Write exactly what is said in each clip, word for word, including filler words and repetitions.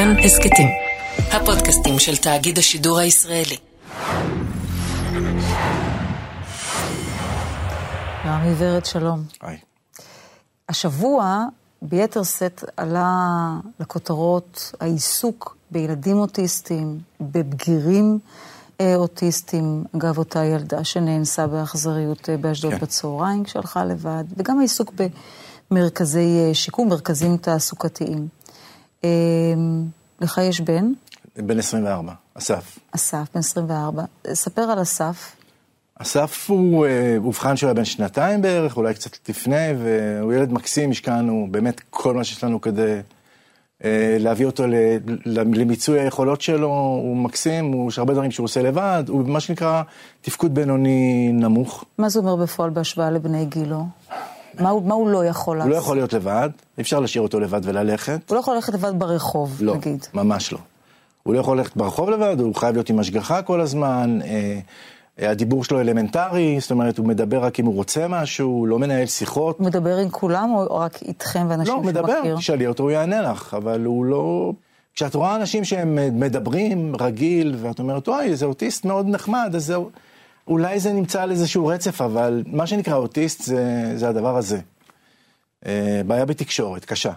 כאן הסקטים, הפודקאסטים של תאגיד השידור הישראלי. רמי ורד, שלום. היי. השבוע ביתר סט עלה לכותרות העיסוק בילדים אוטיסטים, בבגירים אוטיסטים, אגב אותה ילדה שנאנסה באכזריות באשדוד כן. בצהריים כשהלכה לבד, וגם העיסוק במרכזי שיקום, מרכזים תעסוקתיים. לך יש בן? בן עשרים וארבע, אסף. אסף, בן עשרים וארבע. ספר על אסף. אסף הוא אובחן שלו בן שנתיים בערך, אולי קצת לפני, והוא ילד מקסים, השקענו באמת כל מה שיש לנו כדי להביא אותו למיצוי היכולות שלו, הוא מקסים, הוא יש הרבה דברים שהוא עושה לבד, הוא מה שנקרא תפקוד בינוני נמוך. מה זה אומר בפועל בהשוואה לבני גילו? מה הוא, מה הוא לא יכול לעשות? הוא לא יכול להיות לבד, אי אפשר להשאיר אותו לבד וללכת. הוא לא יכול ללכת לבד ברחוב, לא, נגיד. לא, ממש לא. הוא לא יכול ללכת ברחוב לבד, הוא חייב להיות עם השגחה כל הזמן, הדיבור שלו אלמנטרי, זאת אומרת, הוא מדבר רק אם הוא רוצה משהו, הוא לא מנהל שיחות. הוא מדבר עם כולם או רק איתכם ואנשים שמכיר? לא, הוא מדבר, תשאלי אותו, הוא יענה לך, אבל הוא לא... כשאת רואה אנשים שהם מדברים רגיל, ואת אומרת, אוי, זה אוטיסט מאוד נחמד, אז זה... אולי זה נמצא על איזשהו רצף, אבל מה שנקרא אוטיסט זה, זה הדבר הזה. בעיה בתקשורת, קשה.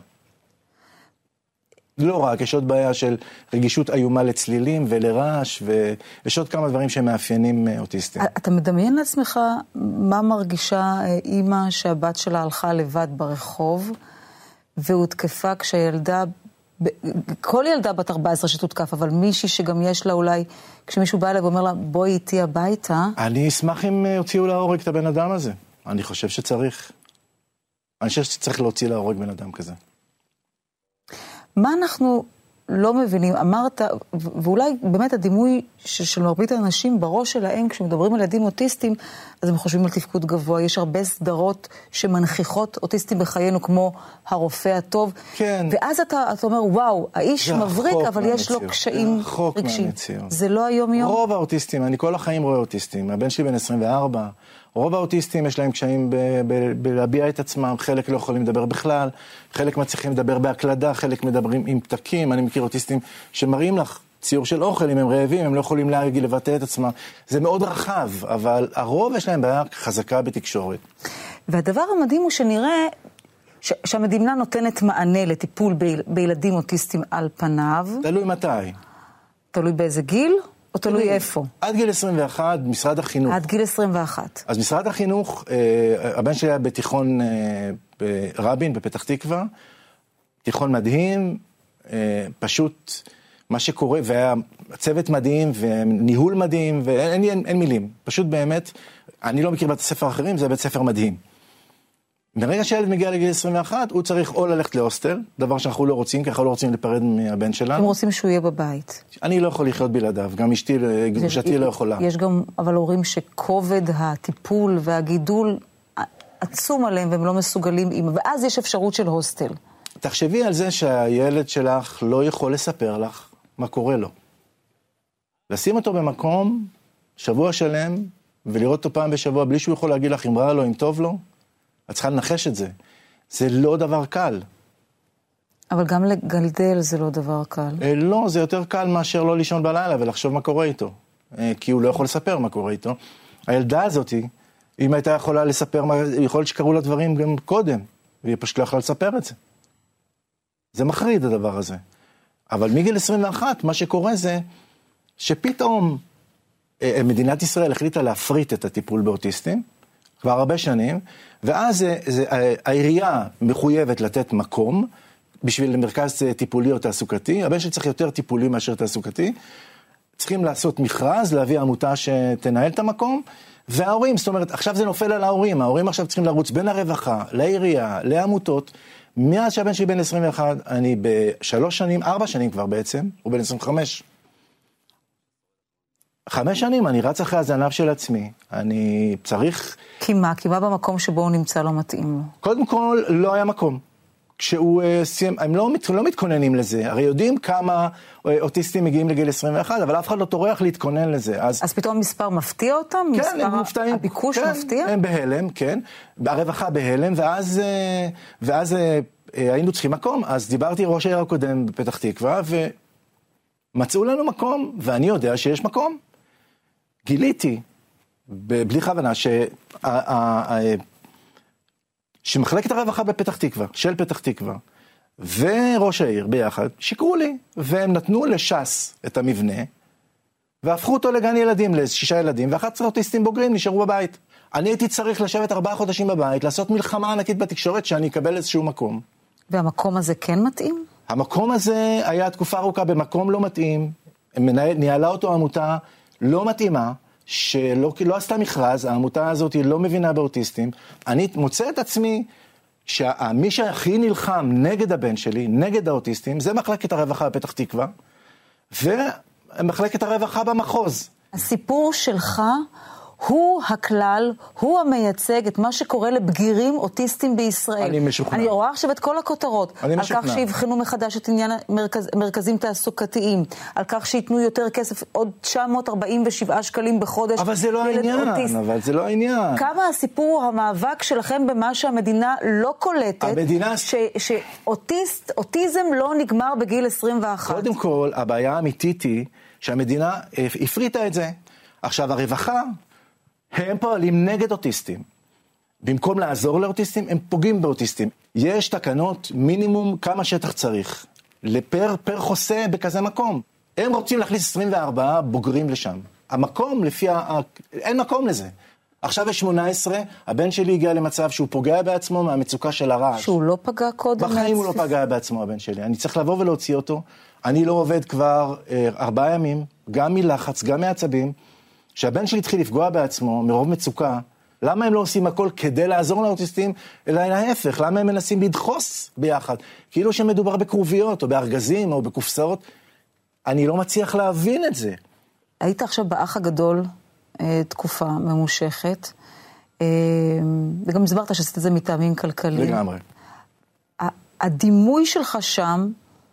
לא רק, יש עוד בעיה של רגישות איומה לצלילים ולרעש, ויש עוד כמה דברים שמאפיינים אוטיסטים. אתה מדמיין לעצמך מה מרגישה אימא שהבת שלה הלכה לבד ברחוב, והותקפה כשהילדה, כל ילדה בת ארבע עשרה שתותקף, אבל מישהי שגם יש לה אולי, כשמישהו בא אליה ואומר לה, בואי איתי הביתה. אני אשמח אם הוציאו להורג את הבן אדם הזה. אני חושב שצריך. אני חושב שצריך להוציא להורג בן אדם כזה. מה אנחנו לא מבינים? אמרת, ואולי באמת הדימוי של מרבית האנשים בראש שלהם, כשמדברים על ילדים אוטיסטים, אז הם חושבים על תפקוד גבוה. יש הרבה סדרות שמנחיכות אוטיסטים בחיינו, כמו הרופא הטוב. כן. ואז אתה, אתה אומר, וואו, האיש מבריק, אבל יש לו קשיים רגשיים. זה לא היום יום? רוב האוטיסטים, אני כל החיים רואה אוטיסטים. הבן שלי בן עשרים וארבע, רוב האוטיסטים יש להם קשיים בלהביע את עצמם, חלק לא יכולים לדבר בכלל, חלק מצליחים לדבר בהקלדה, חלק מדברים עם פתקים. אני מכיר אוטיסטים שמראים לך ציור של אוכל, אם הם רעבים, הם לא יכולים להרגיל לבטא את עצמם. זה מאוד רחב, אבל הרוב יש להם בעיה חזקה בתקשורת. והדבר המדהים הוא שנראה ש- שהמדינה נותנת מענה לטיפול ב- בילדים אוטיסטים על פניו. תלוי מתי. תלוי באיזה גיל? או תלוי איפה? עד גיל עשרים ואחת, משרד החינוך. עד גיל עשרים ואחת. אז משרד החינוך, אה, הבן שלי היה בתיכון אה, ברבין, בפתח תקווה, תיכון מדהים, אה, פשוט מה שקורה, והיה צוות מדהים, וניהול מדהים, ואין אין, אין מילים. פשוט באמת, אני לא מכיר בית הספר אחרים, זה בית ספר מדהים. ברגע שהילד מגיע לגיל עשרים ואחת, הוא צריך או ללכת להוסטל, דבר שאנחנו לא רוצים, כי אנחנו לא רוצים לפרד מהבן שלנו. הם רוצים שהוא יהיה בבית. אני לא יכול לחיות בלעדיו, גם אשתי, גרושתי לא יכולה. יש גם, אבל הורים שכובד הטיפול והגידול עצום עליהם, והם לא מסוגלים, ואז יש אפשרות של הוסטל. תחשבי על זה שהילד שלך לא יכול לספר לך מה קורה לו. לשים אותו במקום, שבוע שלם, ולראות אותו פעם בשבוע, בלי שהוא יכול להגיד לך אם רע לו, אם טוב לו, את צריכה לנחש את זה. זה לא דבר קל. אבל גם לגלדל זה לא דבר קל. לא, זה יותר קל מאשר לא לישון בלילה ולחשוב מה קורה איתו. כי הוא לא יכול לספר מה קורה איתו. הילדה הזאת, אם הייתה יכולה לספר, יכול להיות שקראו לה דברים גם קודם, והיא פשוט לא יכולה לספר את זה. זה מחריד הדבר הזה. אבל מגיל עשרים ואחת, מה שקורה זה שפתאום מדינת ישראל החליטה להפריט את הטיפול באוטיסטים, כבר הרבה שנים, ואז זה, זה, העירייה מחויבת לתת מקום בשביל מרכז טיפולי או תעסוקתי. הבן שלי צריך יותר טיפולי מאשר תעסוקתי. צריכים לעשות מכרז, להביא עמותה שתנהל את המקום, וההורים, זאת אומרת, עכשיו זה נופל על ההורים. ההורים עכשיו צריכים לרוץ בין הרווחה, לעירייה, לעמותות. מאז שהבן שלי בן עשרים ואחת, אני בשלוש שנים, ארבע שנים כבר בעצם, הוא בן עשרים וחמש. חמש שנים, אני רץ אחרי הזנב של עצמי, אני צריך... כי מה? כי מה במקום שבו הוא נמצא לא מתאים לו? קודם כל, לא היה מקום. כשהוא סיים, הם לא, לא מתכוננים לזה, הרי יודעים כמה אוטיסטים מגיעים לגיל עשרים ואחת, אבל אף אחד לא טורח להתכונן לזה. אז, אז פתאום המספר מפתיע אותם? כן, מספר הם מופתעים. הביקוש כן, מפתיע? הם בהלם, כן. הרווחה בהלם, ואז, ואז היינו צריכים מקום, אז דיברתי עם ראש העיר הקודם בפתח תקווה, ומצאו לנו מקום, ואני יודע שיש מקום. גיליתי, בלי כוונה, ש... שמחלקת הרווחה בפתח תקווה, של פתח תקווה, וראש העיר ביחד, שיקרו לי, והם נתנו לש"ס את המבנה, והפכו אותו לגן ילדים, לשישה ילדים, ואחת עשרה אוטיסטים בוגרים נשארו בבית. אני הייתי צריך לשבת ארבעה חודשים בבית, לעשות מלחמה ענקית בתקשורת שאני אקבל איזשהו מקום. והמקום הזה כן מתאים? המקום הזה היה תקופה ארוכה במקום לא מתאים, ניהלה אותו עמותה לא מתאימה, שלא לא עשתה מכרז, העמותה הזאת היא לא מבינה באוטיסטים. אני מוצא את עצמי שמי שהכי נלחם נגד הבן שלי, נגד האוטיסטים, זה מחלקת הרווחה בפתח תקווה, ומחלקת הרווחה במחוז. הסיפור שלך הוא הכלל, הוא המייצג את מה שקורה לבגירים אוטיסטים בישראל. אני משוכנע. אני רואה עכשיו את כל הכותרות. אני על משוכנע. כך שיבחנו מחדש את עניין המרכז, מרכזים תעסוקתיים, על כך שיתנו יותר כסף, עוד תשע מאות ארבעים ושבעה שקלים בחודש. אבל זה לא העניין, אוטיסט. אבל זה לא העניין. כמה הסיפור, המאבק שלכם במה שהמדינה לא קולטת, המדינה... ש, שאוטיסט, אוטיזם לא נגמר בגיל עשרים ואחת. קודם כל, הבעיה האמיתית היא שהמדינה הפריטה את זה. עכשיו, הרווחה... הם פועלים נגד אוטיסטים. במקום לעזור לאוטיסטים, הם פוגעים באוטיסטים. יש תקנות מינימום כמה שטח צריך. לפר, פר חוסה בכזה מקום. הם רוצים להכניס עשרים וארבעה בוגרים לשם. המקום לפי ה... אין מקום לזה. עכשיו יש שמונה עשרה, הבן שלי הגיע למצב שהוא פוגע בעצמו מהמצוקה של הרעש. שהוא לא פגע קודם? בחיים הוא לא פגע בעצמו, הבן שלי. אני צריך לבוא ולהוציא אותו. אני לא עובד כבר אה, ארבעה ימים, גם מלחץ, גם מעצבים. שהבן שלי התחיל לפגוע בעצמו מרוב מצוקה, למה הם לא עושים הכל כדי לעזור לאוטיסטים, אלא להפך, למה הם מנסים לדחוס ביחד? כאילו שמדובר בקרוביות, או בארגזים, או בקופסאות. אני לא מצליח להבין את זה. היית עכשיו באח הגדול, תקופה ממושכת, וגם הסברת שעשית את זה מטעמים כלכליים. לגמרי. הדימוי שלך שם,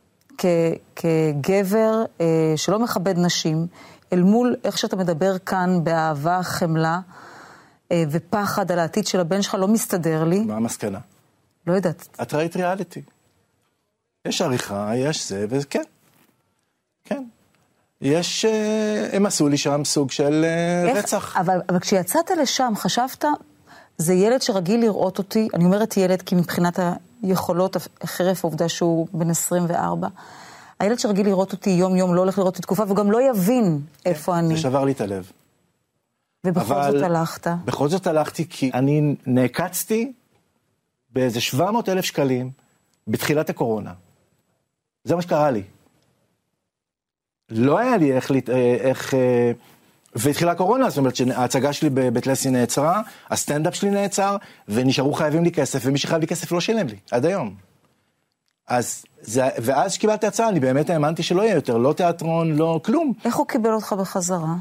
כגבר שלא מכבד נשים, אל מול איך שאתה מדבר כאן באהבה, חמלה ופחד על העתיד של הבן שלך, לא מסתדר לי. מה המסקנה? לא יודעת. את ראית ריאליטי. יש עריכה, יש זה, וכן. כן. יש, הם עשו לי שם סוג של איך, רצח. אבל, אבל כשיצאת לשם, חשבת, זה ילד שרגיל לראות אותי, אני אומרת ילד כי מבחינת היכולות, חרף העובדה שהוא בן עשרים וארבע, הילד שרגיל לראות אותי יום יום לא הולך לראות את תקופה, וגם לא יבין איפה אני. זה שבר לי את הלב. ובכל זאת הלכת. בכל זאת הלכתי כי אני נעקצתי באיזה שבע מאות אלף שקלים בתחילת הקורונה. זה מה שקרה לי. לא היה לי איך, איך והתחילה הקורונה, זאת אומרת שההצגה שלי בבית לסין נעצרה, הסטנדאפ שלי נעצר, ונשארו חייבים לי כסף, ומי שחייב לי כסף לא שילם לי, עד היום. אז זה, ואז שקיבלתי הצעה, אני באמת האמנתי שלא יהיה יותר, לא תיאטרון, לא כלום. איך הוא קיבל אותך בחזרה?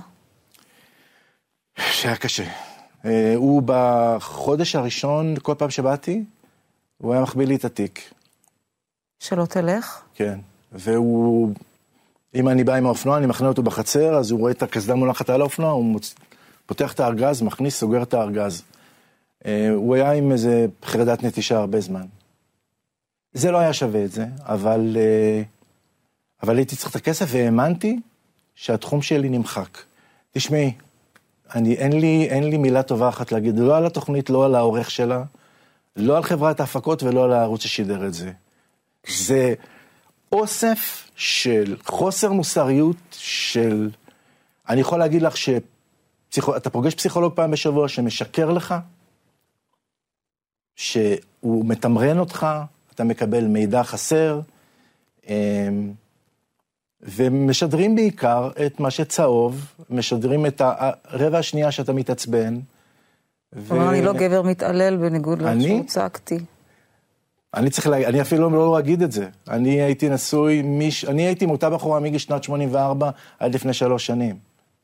שהיה קשה. הוא בחודש הראשון, כל פעם שבאתי, הוא היה מחביא לי את התיק. שלא תלך? כן, והוא, אם אני בא עם האופנוע, אני מכנה אותו בחצר, אז הוא רואה את הקסדה מונחת על האופנוע, הוא מוצ... פותח את הארגז, מכניס, סוגר את הארגז. הוא היה עם איזה חרדת נטישה הרבה זמן. זה לא היה שווה את זה, אבל, אבל הייתי צריך את הכסף, והאמנתי שהתחום שלי נמחק. תשמעי, אני, אין לי, אין לי מילה טובה אחת להגיד, לא על התוכנית, לא על העורך שלה, לא על חברת ההפקות ולא על הערוץ ששידר את זה. זה אוסף של חוסר מוסריות של... אני יכול להגיד לך שאתה פוגש פסיכולוג פעם בשבוע שמשקר לך, שהוא מתמרן אותך, אתה מקבל מידע חסר, ומשדרים בעיקר את מה שצהוב, משדרים את הרבע השנייה שאתה מתעצבן. כלומר, אני לא גבר מתעלל בניגוד שהוצגתי. אני צריך להגיד, אני אפילו לא אגיד את זה. אני הייתי נשוי, מיש, אני הייתי מותה בחורה מגיל שנת שמונים וארבע עד לפני שלוש שנים.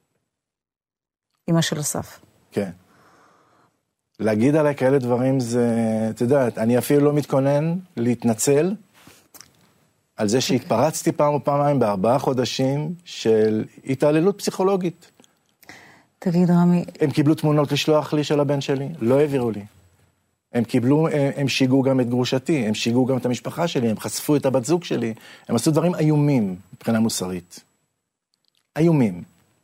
אמא של אסף. כן. להגיד עליי כאלה דברים זה, אתה יודעת, אני אפילו לא מתכונן להתנצל על זה שהתפרצתי פעם או פעמיים בארבעה חודשים של התעללות הם קיבלו, הם, הם שיגעו גם את גרושתי, הם שיגעו גם את המשפחה שלי, הם חשפו את הבת זוג שלי, הם עשו דברים איומים מבחינה מוסרית. איומים.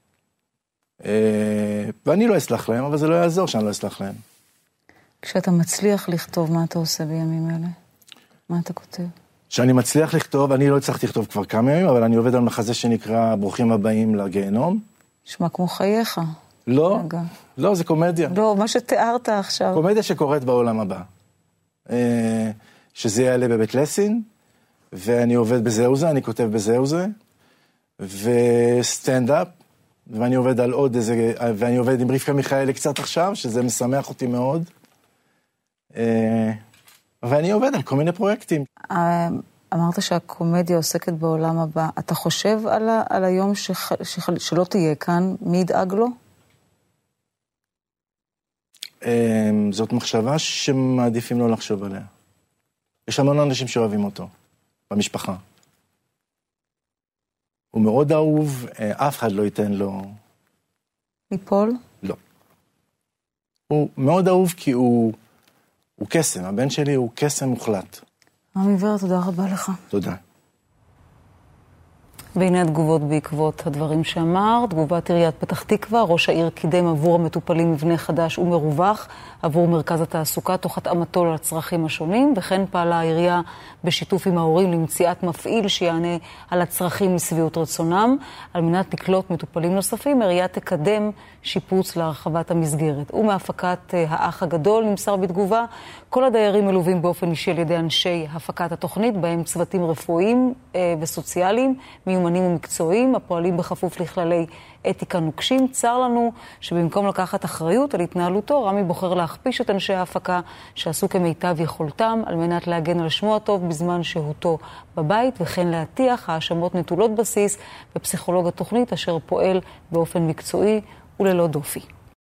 ואני לא אסלח להם, אבל זה לא יעזור שאני לא אסלח להם. כשאתה מצליח לכתוב, מה אתה עושה בימים אלה? מה אתה כותב? כשאני מצליח לכתוב, אני לא הצלחתי לכתוב כבר כמה ימים, אבל אני עובד על מחזה שנקרא ברוכים הבאים לגיהנום. נשמע כמו חייך. לא, רגע. לא, זה קומדיה. לא, מה שתיארת עכשיו. קומדיה שקורית בעולם הבא. שזה יעלה בבית לסין, ואני עובד בזהו זה, אני כותב בזהו זה, וסטנד-אפ, ואני עובד על עוד איזה, ואני עובד עם רבקה מיכאלי קצת עכשיו, שזה משמח אותי מאוד. ואני עובד על כל מיני פרויקטים. אמרת שהקומדיה עוסקת בעולם הבא. אתה חושב על, ה, על היום שח, שח, שלא תהיה כאן, מי ידאג לו? זאת מחשבה שמעדיפים לא לחשוב עליה. יש המון אנשים שאוהבים אותו, במשפחה. הוא מאוד אהוב, אף אחד לא ייתן לו... ליפול? לא. הוא מאוד אהוב כי הוא, הוא קסם, הבן שלי הוא קסם מוחלט. רמי ור, תודה רבה לך. תודה. והנה התגובות בעקבות הדברים שאמר. תגובת עיריית פתח תקווה, ראש העיר קידם עבור המטופלים מבנה חדש ומרווח עבור מרכז התעסוקה תוך התאמתו לצרכים השונים, וכן פעלה העירייה בשיתוף עם ההורים למציאת מפעיל שיענה על הצרכים לשביעות רצונם. על מנת לקלוט מטופלים נוספים, העירייה תקדם שיפוץ להרחבת המסגרת. ומהפקת האח הגדול נמסר בתגובה, כל הדיירים מלווים באופן אישי על ידי אנשי הפקת התוכנית, בהם צוותים רפואיים וסוציאליים, מיומנים ומקצועיים, הפועלים בכפוף לכללי אתיקה נוקשים. צר לנו שבמקום לקחת אחריות על התנהלותו, רמי בוחר להכפיש את אנשי ההפקה שעשו כמיטב יכולתם על מנת להגן על שמו הטוב בזמן שהותו בבית, וכן להטיח האשמות נטולות בסיס בפסיכולוג התוכנית אשר פועל באופן מקצועי וללא דופי.